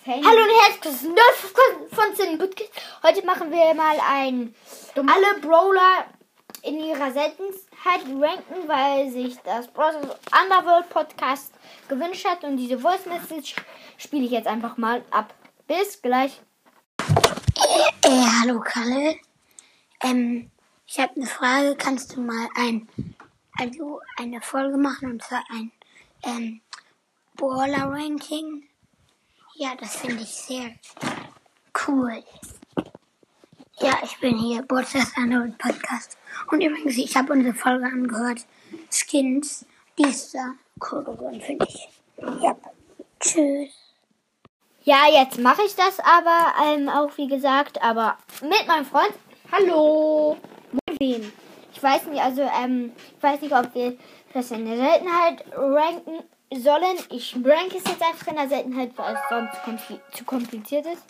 Hallo und herzlich willkommen von Cindy Podcast. Heute machen wir mal alle Brawler in ihrer Seltenheit ranken, weil sich das Brawlers Underworld Podcast gewünscht hat. Und diese Voice Message spiele ich jetzt einfach mal ab. Bis gleich. Hallo Kalle. Ich habe eine Frage. Kannst du mal eine Folge machen, und zwar ein Brawler Ranking? Ja, das finde ich sehr cool. Ja, ich bin hier, Brawlers Underworld Podcast. Und übrigens, ich habe unsere Folge angehört. Skins, die ist da cool geworden, finde ich. Ja, tschüss. Ja, jetzt mache ich das aber auch wie gesagt, aber mit meinem Freund. Hallo. Mit wem? Ich weiß nicht, ich weiß nicht, ob wir das in der Seltenheit ranken sollen. Ich ranke es jetzt einfach in der Seltenheit, weil es sonst zu kompliziert ist.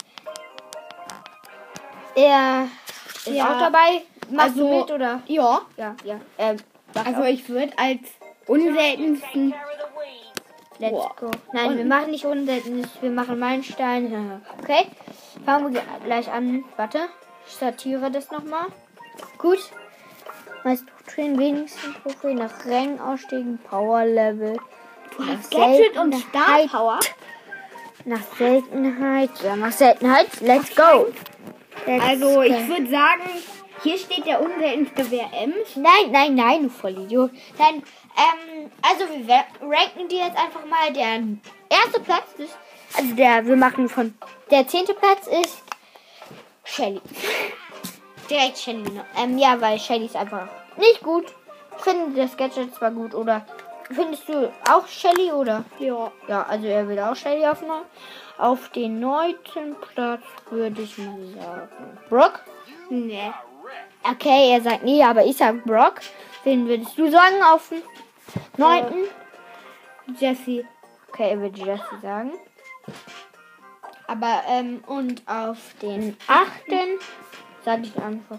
Er ist auch dabei. Machst du mit, oder? Ja. Ja. Also ich würde als unseltensten... Let's go. Nein, wir machen nicht unselten, wir machen Meilenstein. Okay, fangen wir gleich an. Warte, ich sortiere das nochmal. Gut. Meist Trophäen, wenigsten Trophäen, nach Rängen aussteigen, Power Level. Du hast Gadget und Star Power. Nach Seltenheit. Ja, nach Seltenheit. Let's go. Also ich würde sagen, hier steht der unseltenste WM. Nein, du Vollidiot. Nein, also wir ranken die jetzt einfach mal. Der erste Platz ist, wir machen der 10. Platz ist Shelly. Direkt Shelly. Ja, weil Shelly ist einfach nicht gut. Ich finde das Gadget zwar gut, oder findest du auch Shelly, oder? Ja. Ja, also er will auch Shelly aufnehmen. Auf den 9. Platz würde ich mal sagen Brock. Nee. Okay, er sagt nee, aber ich sag Brock. Wen würdest du sagen auf den 9.? Jessie. Okay, er würde Jessie sagen. Aber, und auf den 8. sage ich einfach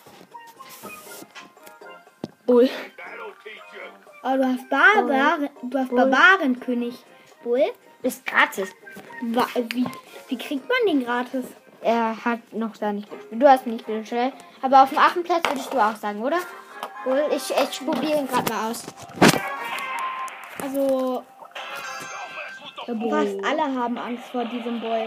Bull. Oh, du hast Barbarenkönig. Bull? Ist gratis. Wie kriegt man den gratis? Er hat noch da nicht gespielt. Du hast nicht gespielt. Aber auf dem 8. Platz würdest du auch sagen, oder? Bull, ich probiere ihn gerade mal aus. Also, fast alle haben Angst vor diesem Bull.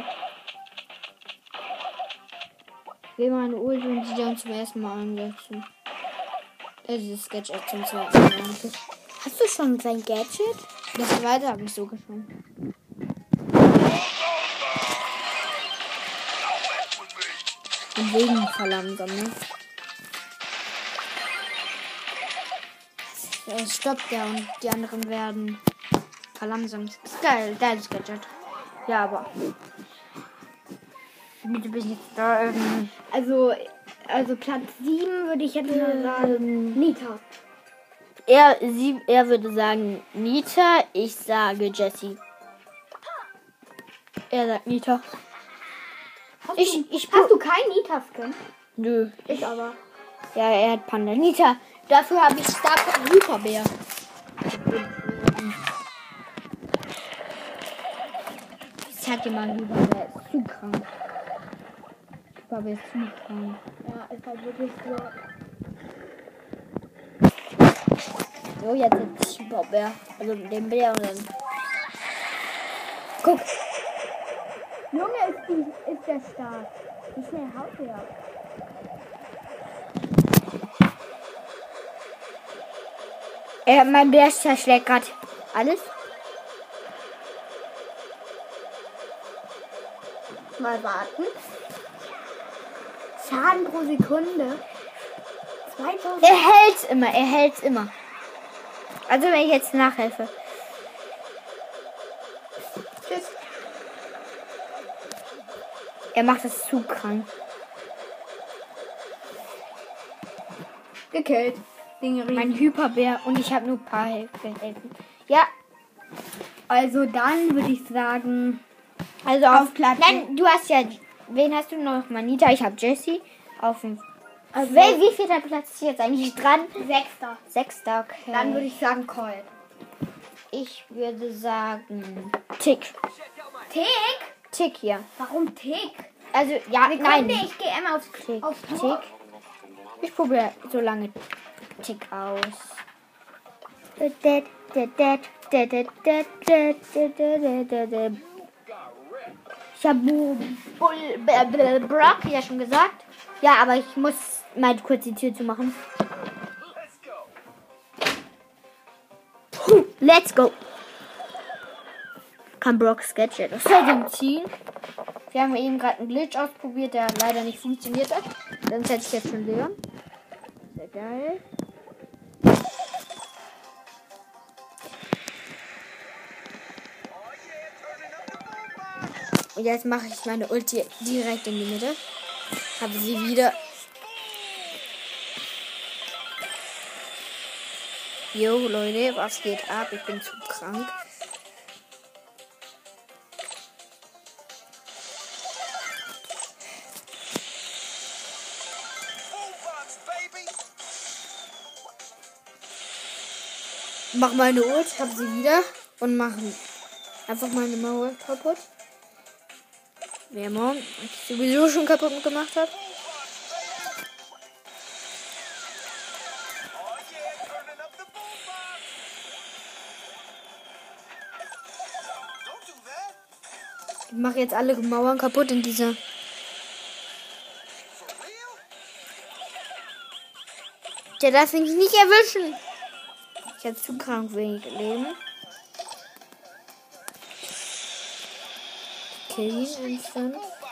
Ich will meine Ulti und die dann zum ersten Mal einsetzen. Das ist Gadget zum zweiten Mal. Hast du schon sein Gadget? Das zweite habe ich so gefunden. Und wegen verlangsamen, ne? Es stoppt ja und die anderen werden verlangsamt. Das ist geil, geiles Gadget. Ja, aber. Bitte bin ich jetzt da irgendwie. Also Platz 7 würde ich jetzt mal sagen. Nita. Er würde sagen Nita, ich sage Jessie. Er sagt Nita. Hast du keinen Nita-Skin? Nö. Ich aber. Ja, er hat Panda. Nita, dafür habe ich Star Power Hyperbär. Ich sag dir mal, Hyperbär ist zu krank. Hyperbär ist zu krank. Ja, ist halt wirklich so. So, jetzt ist Hyperbär. Also den Bär und dann. Guck. Junge, ist der stark. Wie schnell haut der? Mein Bär zerschlägt gerade alles. Mal warten. Schaden pro Sekunde. 2000. Er hält's immer. Also wenn ich jetzt nachhelfe. Tschüss. Er macht das zu krank. Gekillt. Mein Hyperbär und ich habe nur ein paar Helfen. Ja. Also dann würde ich sagen, Also auf Platz. Nein, du hast ja. Wen hast du noch? Manita, ich habe Jessie. Auf dem. Also, Wie viel Platz ist jetzt eigentlich dran? 6. Okay. Dann würde ich sagen Colt. Ich würde sagen Tick. Tick? Tick hier. Warum Tick? Also, ja, nein. Ich gehe einmal aufs Tick. auf Tick. Ich probiere so lange Tick aus. Ich habe Brock ja schon gesagt. Ja, aber ich muss mal kurz die Tür zumachen. Let's go. Kann Brock's Gadget aus dem ziehen. Wir haben eben gerade einen Glitch ausprobiert, der leider nicht funktioniert hat. Sonst hätte ich jetzt schon Leon. Sehr geil. Und jetzt mache ich meine Ulti direkt in die Mitte. Habe sie wieder. Jo, Leute, was geht ab? Ich bin zu krank. Mach meine Ult, hab sie wieder und machen einfach meine Mauer kaputt. Wer morgen ich sowieso schon kaputt gemacht habe. Ich mache jetzt alle Mauern kaputt in dieser. Der darf mich nicht erwischen. Ich habe zu krank wenig Leben. Kill ihn instant.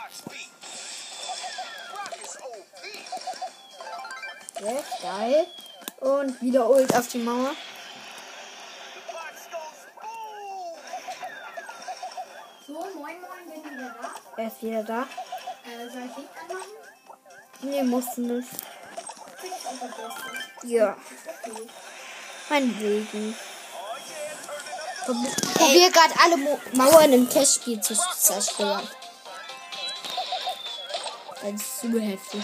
Yes, geil. Und wieder Ult auf die Mauer. So, moin, bin wieder da. Er ist wieder da. Soll ich Licht anmachen? Nee, musst du nicht. Krieg ich einfach das. Ja. Meinetwegen. Ich probiere gerade alle Mauern im Testspiel zu zerstören. Das ist super heftig.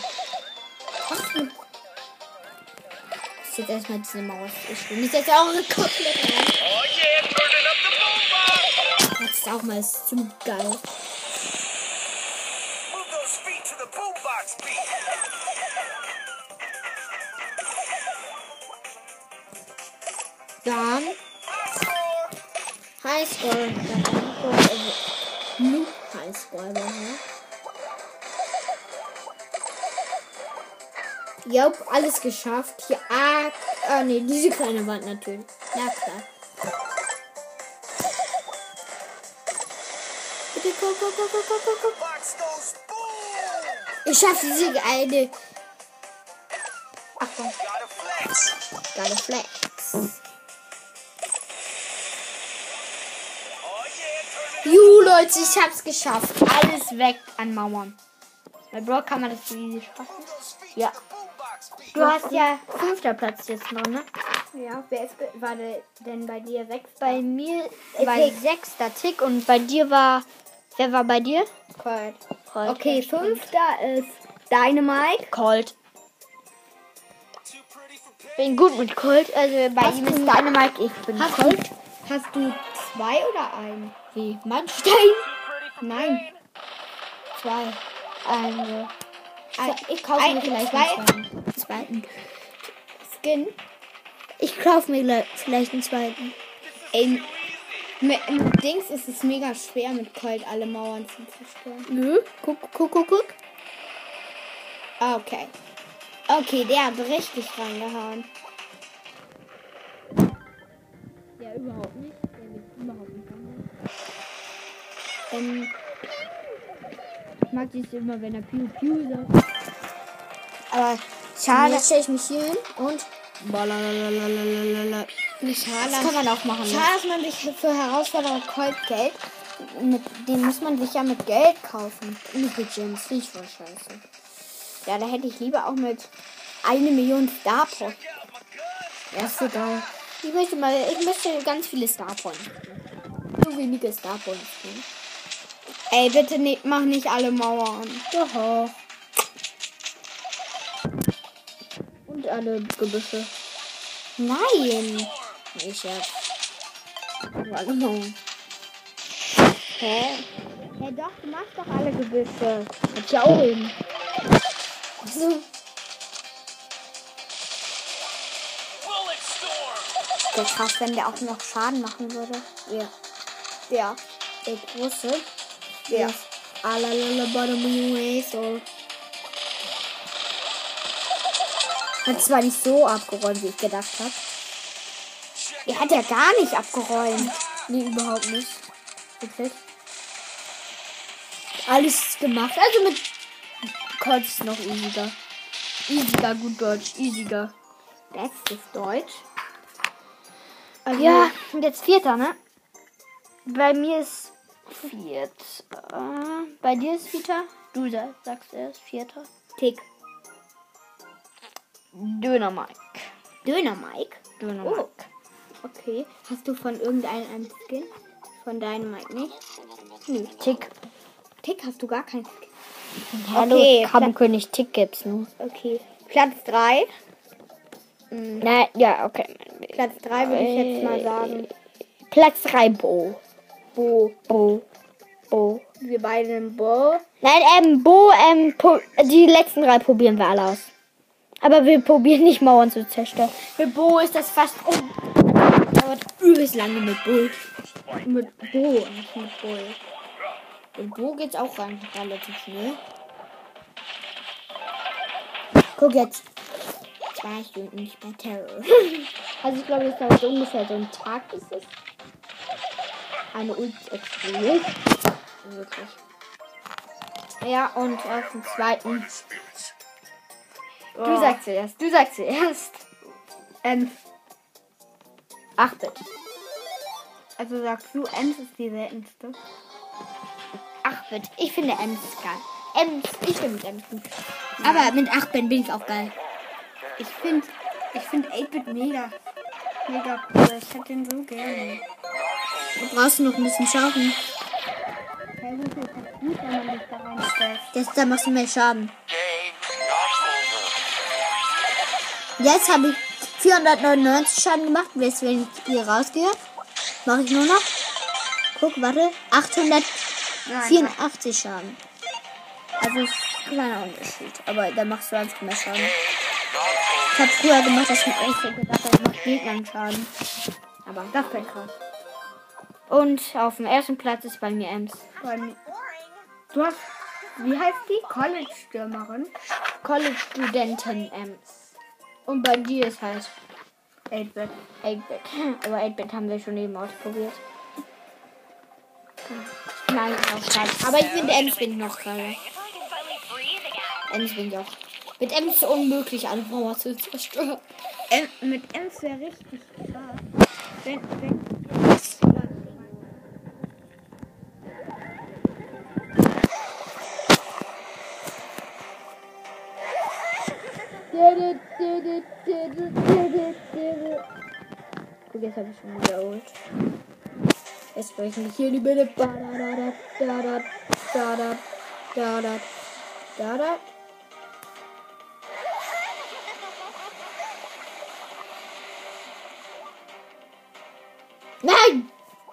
Ich jetzt erstmal diese Mauer. Ich will mich jetzt auch komplett rein. Jetzt auch mal, ist zu geil. Dann Highscore. Noob Highscore. Jupp, alles geschafft. Hier, nee, diese kleine Wand natürlich. Na klar. Bitte, guck. Ich schaffe diese eine. Achtung. Geile Flex. Leute, ich hab's geschafft. Alles weg an Mauern. Bei Brock kann man das so easy schaffen. Ja. Du hast ja 5. Platz jetzt noch, ne? Ja, wer war denn bei dir 6? Bei mir war 6. Tick und bei dir war. Wer war bei dir? Colt. Okay, 5. ist Dynamite. Colt. Bin gut mit Colt. Also bei ihm ist Dynamite, ich bin Colt. Hast du 2 oder 1? Wie? Mannstein? Nein. 2. Also. Ich kaufe mir vielleicht einen zweiten Skin. Ich kaufe mir vielleicht einen zweiten. Mit Dings ist es mega schwer, mit Colt alle Mauern zu zerstören. Nö. Guck. Ah, okay. Okay, der hat richtig reingehauen. Ja, überhaupt nicht. Der wird überhaupt nicht ich mag dies immer, wenn er Piu Piu sagt. Aber schade. Jetzt stelle ich mich hier hin und. Nicht schade. Das kann man auch machen. Schade, dass man sich für Herausforderung Colt Geld. Den muss man sich ja mit Geld kaufen. Nicht mit Gems. Ich war scheiße. Ja, da hätte ich lieber auch mit 1 Million Star Points. Ja, ist egal. Ich möchte ganz viele Star Points. So wenige Star Points. Ey, bitte mach nicht alle Mauern. Doch. Und alle Gebüsche. Nein. Ich hab alle Mauern. Hä? Hey, doch, du machst doch alle Gebüsche. Hab ich ja auch eben. So. Der krass, wenn der auch noch Schaden machen würde. Ja. Ja. Der große. Ja. Alalala bottom way, so. Hat zwar nicht so abgeräumt, wie ich gedacht habe. Der hat ja gar nicht abgeräumt. Nee, überhaupt nicht. Wirklich. Alles gemacht. Also mit Colt ist noch easiger. Easiger, gut Deutsch. Easiger. Letztes Deutsch. Also ja, und jetzt Vierter, ne? Bei mir ist Viert. Bei dir ist Vierter? Du sagst erst Vierter. Tick. Döner Mike. Döner Mike. Döner Oh. Mike. Okay. Hast du von irgendeinem einen Skin? Von deinem Mike nicht? Nee, Tick. Tick hast du gar keinen Skin. Hallo, Okay, Krabbenkönig Tick gibt's nur. Okay. Platz 3. Nein, ja, okay. Platz 3 würde ich jetzt mal sagen. Platz 3 Bo. Bo. Bo. Wir beide nehmen Bo. Nein, die letzten 3 probieren wir alle aus. Aber wir probieren nicht Mauern zu zerstören. Für Bo ist das fast dauert übelst lange mit Bull. Mit Bo, nicht mit Bull. Mit Bo geht's auch rein relativ schnell. Guck jetzt. 2 Stunden nicht bei Terror. Also ich glaube, das dauert so ungefähr so ein Tag ist es. Eine Ult explodiert. Wirklich. Ja, und auf dem zweiten. Du sagst zuerst. 8-Bit. Also sagst du, Ems ist die seltenste. 8-Bit. Ich finde Ems geil. Ich finde Ems gut. Aber mit 8-Bit bin ich auch geil. Ich finde 8-Bit mega cool. Ich hätte den so gerne. Du brauchst noch ein bisschen schaffen. Ja, gut, ist das gut, wenn man sich da reinstellt. Da machst du mehr Schaden. Jetzt habe ich 499 Schaden gemacht. Jetzt, wenn ich hier rausgehe, mache ich nur noch. Guck, warte. 884 Schaden. Also ist ein kleiner Unterschied. Aber da machst du einfach mehr Schaden. Ich habe früher gemacht, dass ich mir echt so gedacht habe, ich mache Gegnern Schaden. Aber das wäre krass. Und auf dem ersten Platz ist bei mir Ems. Du hast, wie heißt die? College-Stürmerin? College-Studentin Ems. Und bei dir ist halt 8-Bit. 8-Bit. Aber 8-Bit haben wir schon eben ausprobiert. Nein, auch scheiße. Aber ich finde Ems noch geiler. Ems bin ich auch. Mit Ems ist es unmöglich, alle Mauer zu zerstören. Mit Ems wäre richtig krass. Wenn Guck, jetzt habe ich schon wiederholt. Jetzt sprechen wir hier die Bitte. Nein!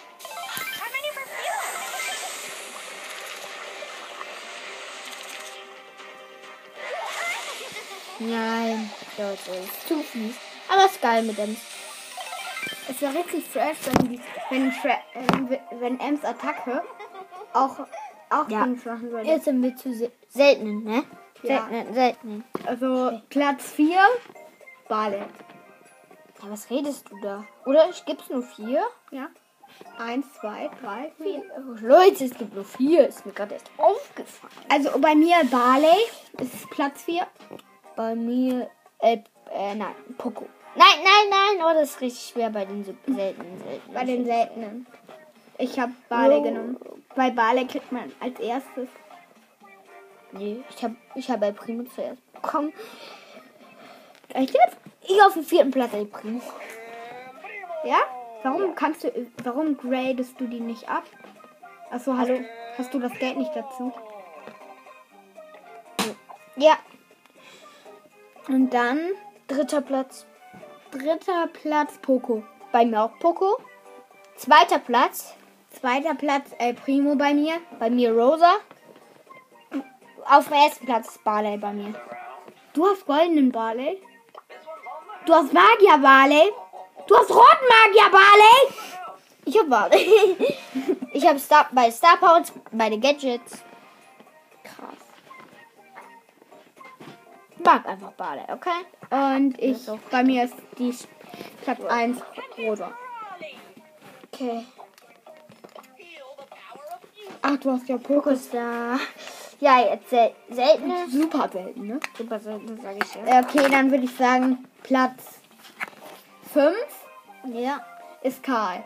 Nein, das ist zu fies. Aber ist geil mit dem. es wäre richtig fresh, wenn Ems Attacke auch Ja. Dings machen würde. Jetzt sind wir zu seltenen, ne? Ja. Seltenen. Also Platz 4, Barley. Ja, was redest du da? Oder gibt's nur 4? Ja. 1, 2, 3, 4. Oh, Leute, es gibt nur 4. Ist mir gerade erst aufgefallen. Also bei mir Barley ist Platz 4. Bei mir, nein, Poco. Nein, oh, das ist richtig schwer bei den seltenen. Bei den seltenen. Ich habe Barley Oh. genommen. Bei Barley kriegt man als erstes. Nee, ich hab El Primo zuerst bekommen. Echt jetzt? Ich auf dem 4. Platz El Primo. Ja? Warum gradest du die nicht ab? Achso, hast du das Geld nicht dazu? Ja, Und dann 3. Platz. 3. Platz Poco. Bei mir auch Poco. 2. Platz. Zweiter Platz El Primo bei mir. Bei mir Rosa. Auf dem ersten Platz ist Barley bei mir. Du hast goldenen Barley. Du hast Magier Barley. Du hast roten Magier Barley. Ich hab Barley. Ich habe bei Star Powers meine Gadgets. Krass. Ich mag einfach Barley, okay? Und bei mir ist die Platz 1 Rosa. Okay. Ach, du hast ja Pokéstar. Ja, jetzt seltene. Super selten, ne? Super selten, sag ich ja. Okay, dann würde ich sagen, Platz 5 Ja. ist Karl.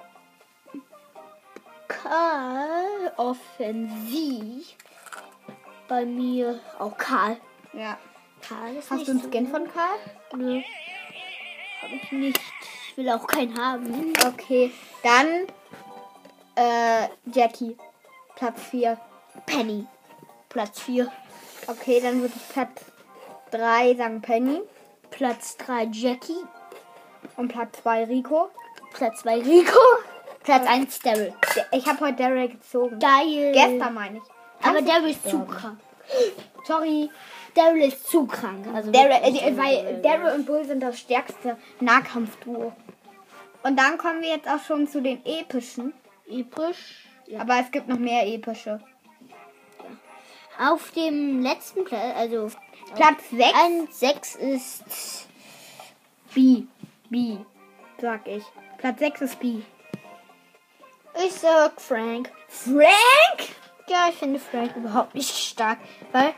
Karl, offensiv. Bei mir auch Karl. Ja. Karl ist Hast nicht du einen so Skin gut. von Karl? Nö. Hab ich nicht. Ich will auch keinen haben. Okay, dann Jackie. Platz 4. Penny. Platz 4. Okay, dann würde ich Platz 3 sagen Penny. Platz 3 Jackie. Und Platz 2 Rico. Platz 2 Rico. Platz 1 Daryl. Ich habe heute Daryl gezogen. Geil. Gestern meine ich. Aber Kannst du- Daryl ist zu krank. Sorry. Daryl ist zu krank. Also Weil Daryl und Bull sind das stärkste Nahkampfduo. Und dann kommen wir jetzt auch schon zu den epischen. episch. Ja. Aber es gibt noch mehr epische. Auf dem letzten Platz, also Platz 6 6 ist B. B, sag ich. Platz 6 ist B. ich sag Frank. Frank? Ja, ich finde Frank überhaupt nicht stark, weil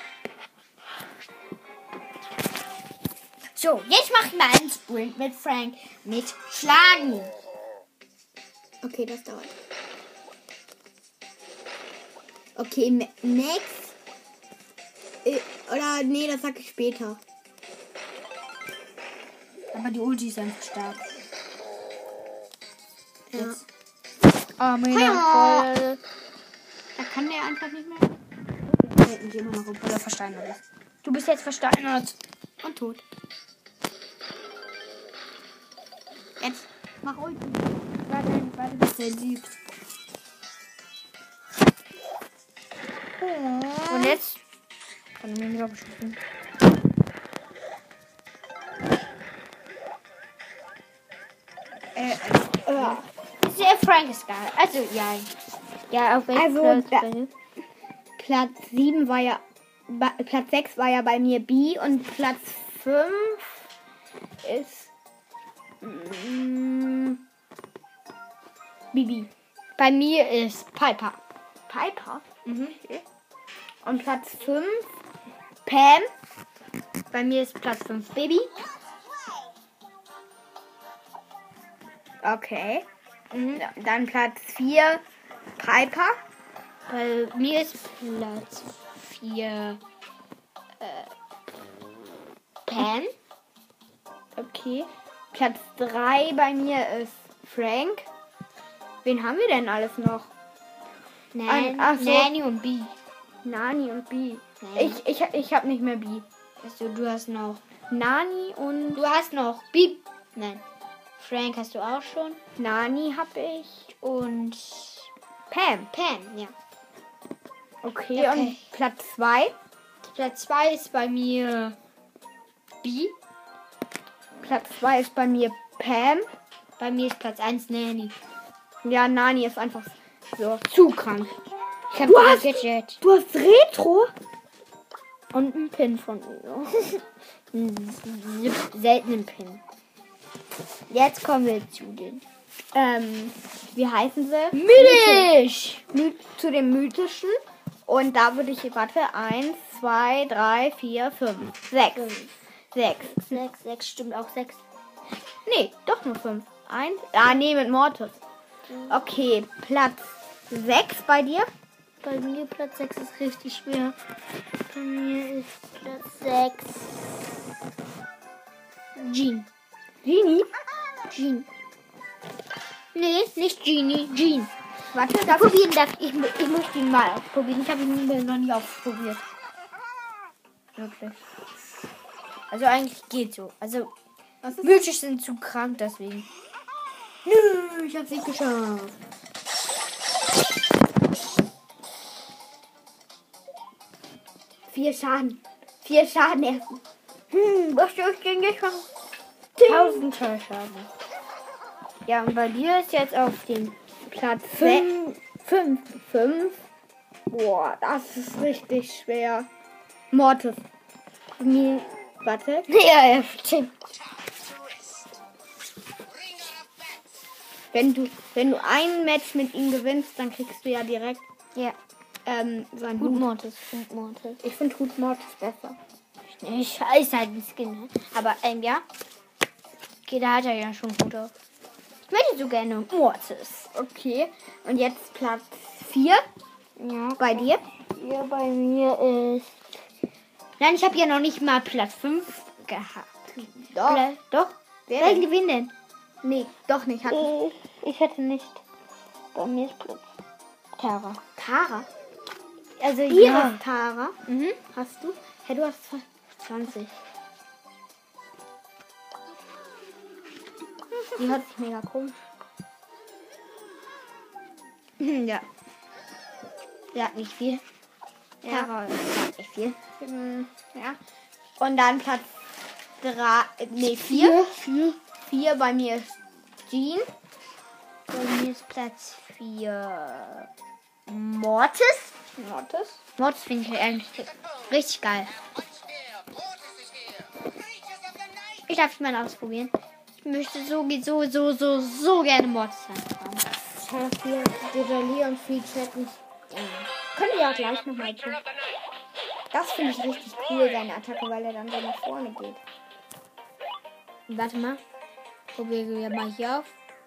so, jetzt mach ich mal einen Sprint mit Frank mit Schlagen. Okay, das dauert. Okay, Max. Oder nee, das sag ich später. Aber die Ulti ist einfach stark. Ja. Jetzt. Oh, Ja. Da kann der einfach nicht mehr. Der hält mich immer noch, obwohl er versteinert ist. Du bist jetzt versteinert. Und tot. Jetzt mach Ulti. Warte, bis er siegt. Und jetzt? Kann ich mich nicht abschießen. Der Frank ist geil. Also, ja. Ja, auf welchem Also, Platz da- bei dir? Platz 7 war ja. Platz 6 war ja bei mir B und Platz 5 ist. Bibi. Bei mir ist Piper. Piper. Mhm. Und Platz 5 Pam. Bei mir ist Platz 5 Baby. Okay. Mhm. Ja, dann Platz 4 Piper. Bei mir ist Platz 4 Pam. Okay. Platz 3 bei mir ist Frank. Wen haben wir denn alles noch? Ach so. Nanny und B. Nani und B. Nein. Ich habe nicht mehr B. Also, du hast noch. Nani und Du hast noch B. Nein. Frank hast du auch schon. Nani habe ich. Und Pam. Pam, ja. Okay, Okay. und Platz 2. Platz 2 ist bei mir B. Platz 2 ist bei mir Pam. Bei mir ist Platz 1 Nanny. Ja, Nani ist einfach so. Zu krank. Ich habe Du ein hast- Gadget. Du hast Retro? Und einen Pin von mir. Einen seltenen Pin. Jetzt kommen wir zu den Wie heißen sie? Mythisch. Zu dem mythischen. Und da würde ich, warte, 1, 2, 3, 4, 5, 6. 6. 6 stimmt auch 6. Nee, doch nur 5. 1. Nee, mit Mortis. Okay, Platz 6 bei dir. Bei mir Platz 6 ist richtig schwer. Bei mir ist Platz 6 Jean. Genie. Jean. Nee, nicht Genie. Jean. Warte, Probieren darf ich. Ich möchte ihn mal ausprobieren. Ich habe ihn noch nie ausprobiert. Wirklich. Also eigentlich geht so. Also Was ist mythisch sind zu krank, deswegen. Nö, ich hab's nicht geschafft. 4 Schaden. 4 Schaden erst. Was soll ich denn nicht machen? 1000 Schaden. Ja, und bei dir ist jetzt auf dem Platz 5. 5. Boah, das ist richtig schwer. Mortis. Warte. Ja, stimmt. Wenn du ein Match mit ihm gewinnst, dann kriegst du ja direkt Ja. sein Gut, Hut. Mortis. Ich finde Hut Mortis besser. Ich ist halt ein Skin, ne? Aber, ja. Okay, da hat er ja schon gut auf. Ich möchte so gerne Mortis. Okay. Und jetzt Platz 4 Ja. bei dir. Hier bei mir ist... Nein, ich habe ja noch nicht mal Platz 5 gehabt. Doch. Doch? Wer Welchen denn? Gewinn denn? Nee, doch nicht. Hat Ich hatte nicht. Bei mir ist Platz Tara. Tara. Also Hier ja. ist Tara. Mhm. Hast du? Hey, du hast 20. Die hört sich mega komisch. Ja. Sie hat nicht viel. Ja. Tara hat nicht viel. Ja. Und dann Platz 4. 4 bei mir ist Jean. Bei mir ist Platz 4 Mortis. Mortis finde ich eigentlich richtig geil. Ich darf es mal ausprobieren. Ich möchte so gerne Mortis haben. Schade, dass wir Dejalie und Free Chat nicht. Können wir ja gleich nochmal tun. Das finde ich richtig cool, seine Attacke, weil er dann so nach vorne geht. Warte mal. Probieren wir mal hier auf.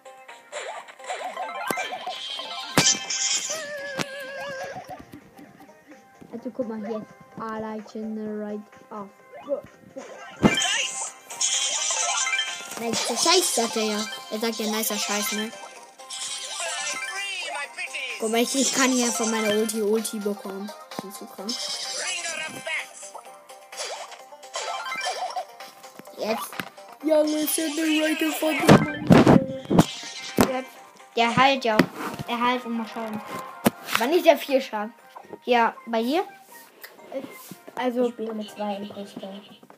Also guck mal hier. I generate off. Nicer Scheiß, sagt er ja. Er sagt ja nicer Scheiß, ne? Guck mal, ich kann hier von meiner Ulti bekommen. Hinzukommen. Jetzt. Junge, Generator von Jetzt. Der heilt ja. Er heilt und mal schauen. Aber nicht der 4 Schaden. Ja, bei dir? Also Spiele mit 2 im Richter.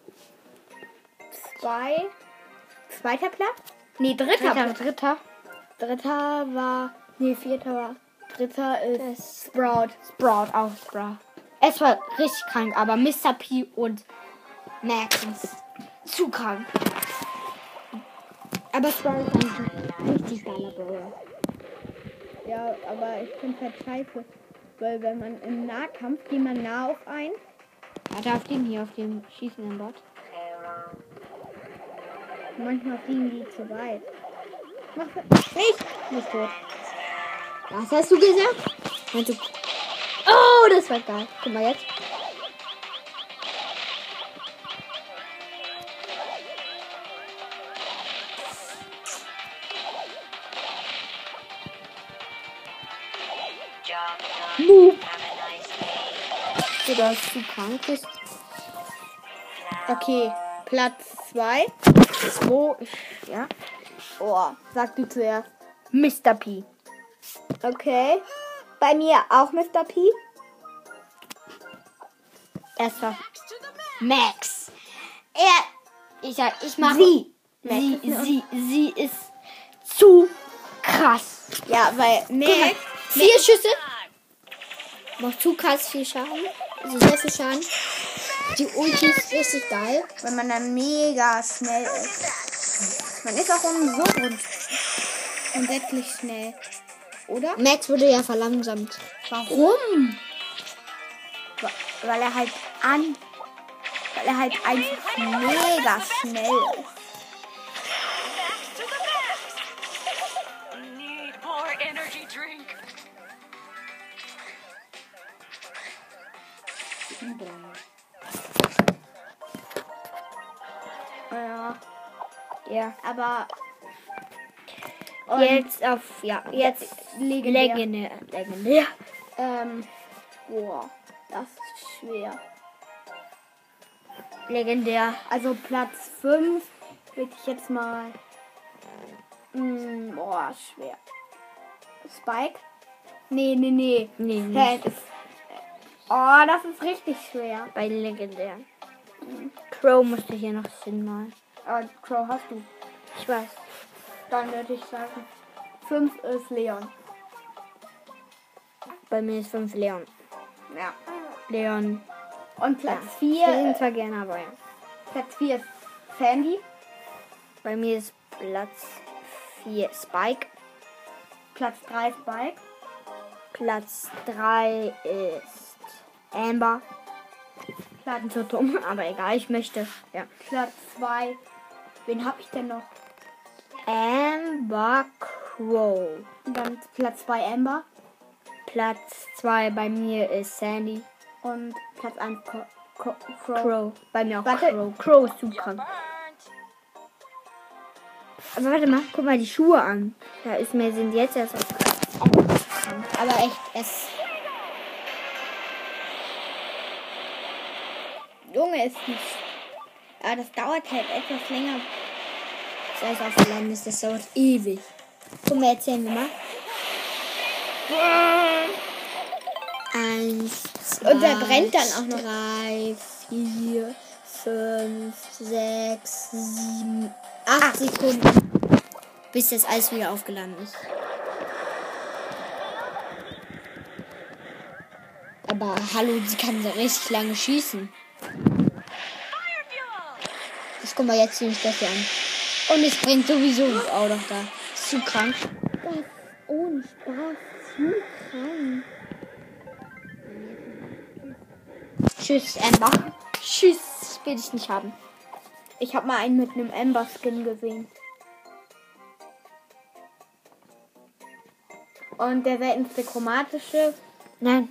2. Zweiter Platz? Nee, dritter Platz. Dritter. War. Nee, 4. war. Dritter ist Sprout. Sprout. Es war richtig krank, aber Mr. P und Max ist zu krank. Aber Sprout ist ein richtig geiler Brawler. Ja, aber ich finde halt scheiße. Weil wenn man im Nahkampf geht man nah auf einen. Warte auf den hier, auf dem schießenden Bot. Manchmal fliegen die zu weit. Mach Nicht tot. Was hast du gesagt? Meinst du? Oh, das war geil. Guck mal jetzt. Move. Das ist zu krank. Okay, Platz 2. Wo? Ja. Oh, sag du zuerst. Mr. P. Okay. Bei mir auch Mr. P. Erster. Max. Ich mache. Sie ist zu krass. Ja, weil Max. 4 Schüsse. Macht zu krass viel Schaden. Also sehr viel Schaden. Die Ulti ist richtig geil. Wenn man dann mega schnell ist. Man ist auch unendlich schnell. Oder? Max wurde ja verlangsamt. Warum? Weil er halt einfach mega schnell ist. Need more energy drink. Ja. Ja. Aber Jetzt auf, jetzt legendär. Legendär. Boah, das ist schwer. Legendär. Also Platz 5 würde ich jetzt mal. Boah, schwer. Spike? Nee. Nee, Hä, ist, Oh, das ist richtig schwer. Bei legendär. Crow musste hier noch Sinn mal. Aber Crow hast du. Ich weiß. Dann würde ich sagen, 5 ist Leon. Bei mir ist 5 Leon. Ja. Leon. Und Platz Ich 4 will ihn zwar gerne, aber ja. Platz 4 ist Sandy. Bei mir ist Platz 4 Spike. Platz 3 Spike. Platz 3 ist Amber. Platz, So dumm, aber egal, ich möchte. Ja. Platz 2. Wen habe ich denn noch? Amber Crow. Und dann Platz 2 Amber. Platz 2 bei mir ist Sandy. Und Platz 1 Crow. Crow. Bei mir auch Warte. Crow. Crow ist super krank. Aber warte mal, guck mal die Schuhe an. Da ist mir sind jetzt erst aufgefallen. Aber echt, es. Junge, ist nicht. Aber das dauert halt etwas länger. Das Eis aufgeladen ist, das dauert ewig. Guck mal, erzählen wir mal. 1, 2, Und der brennt dann auch noch. 3, 4, 5, 6, 7, 8 Sekunden. Bis das Eis wieder aufgeladen ist. Aber hallo, sie kann so richtig lange schießen. Ich guck mal jetzt zieh ich das hier an. Und es brennt sowieso auch noch da. Ist zu krank. Das ist ohne Spaß zu krank. Tschüss, Amber. Tschüss, will ich nicht haben. Ich habe mal einen mit einem Amber-Skin gesehen. Und der seltenste chromatische. Nein.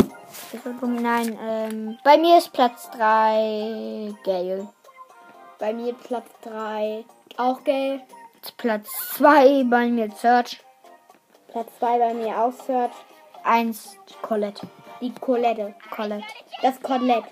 Nein, bei mir ist Platz 3 Gale. Bei mir Platz 3 auch Gale. Platz 2 bei mir Search. Platz 2 bei mir auch Search. 1 Colette. Die Colette. Colette. Das Kotelett.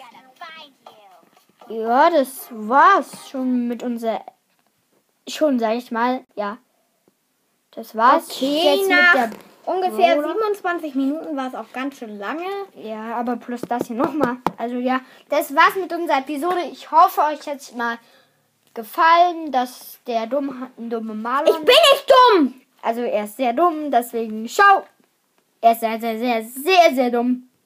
Ja, das war's schon mit unserer. Schon, sag ich mal, ja. Das war's. Okay, Jetzt nach mit ungefähr Brawler. 27 Minuten war es auch ganz schön lange. Ja, aber plus das hier nochmal. Also ja, das war's mit unserer Episode. Ich hoffe, euch hat's mal gefallen, dass der dumme Marlon. Ich bin nicht dumm! Also er ist sehr dumm, deswegen schau. Er ist sehr, sehr, sehr, sehr, sehr dumm.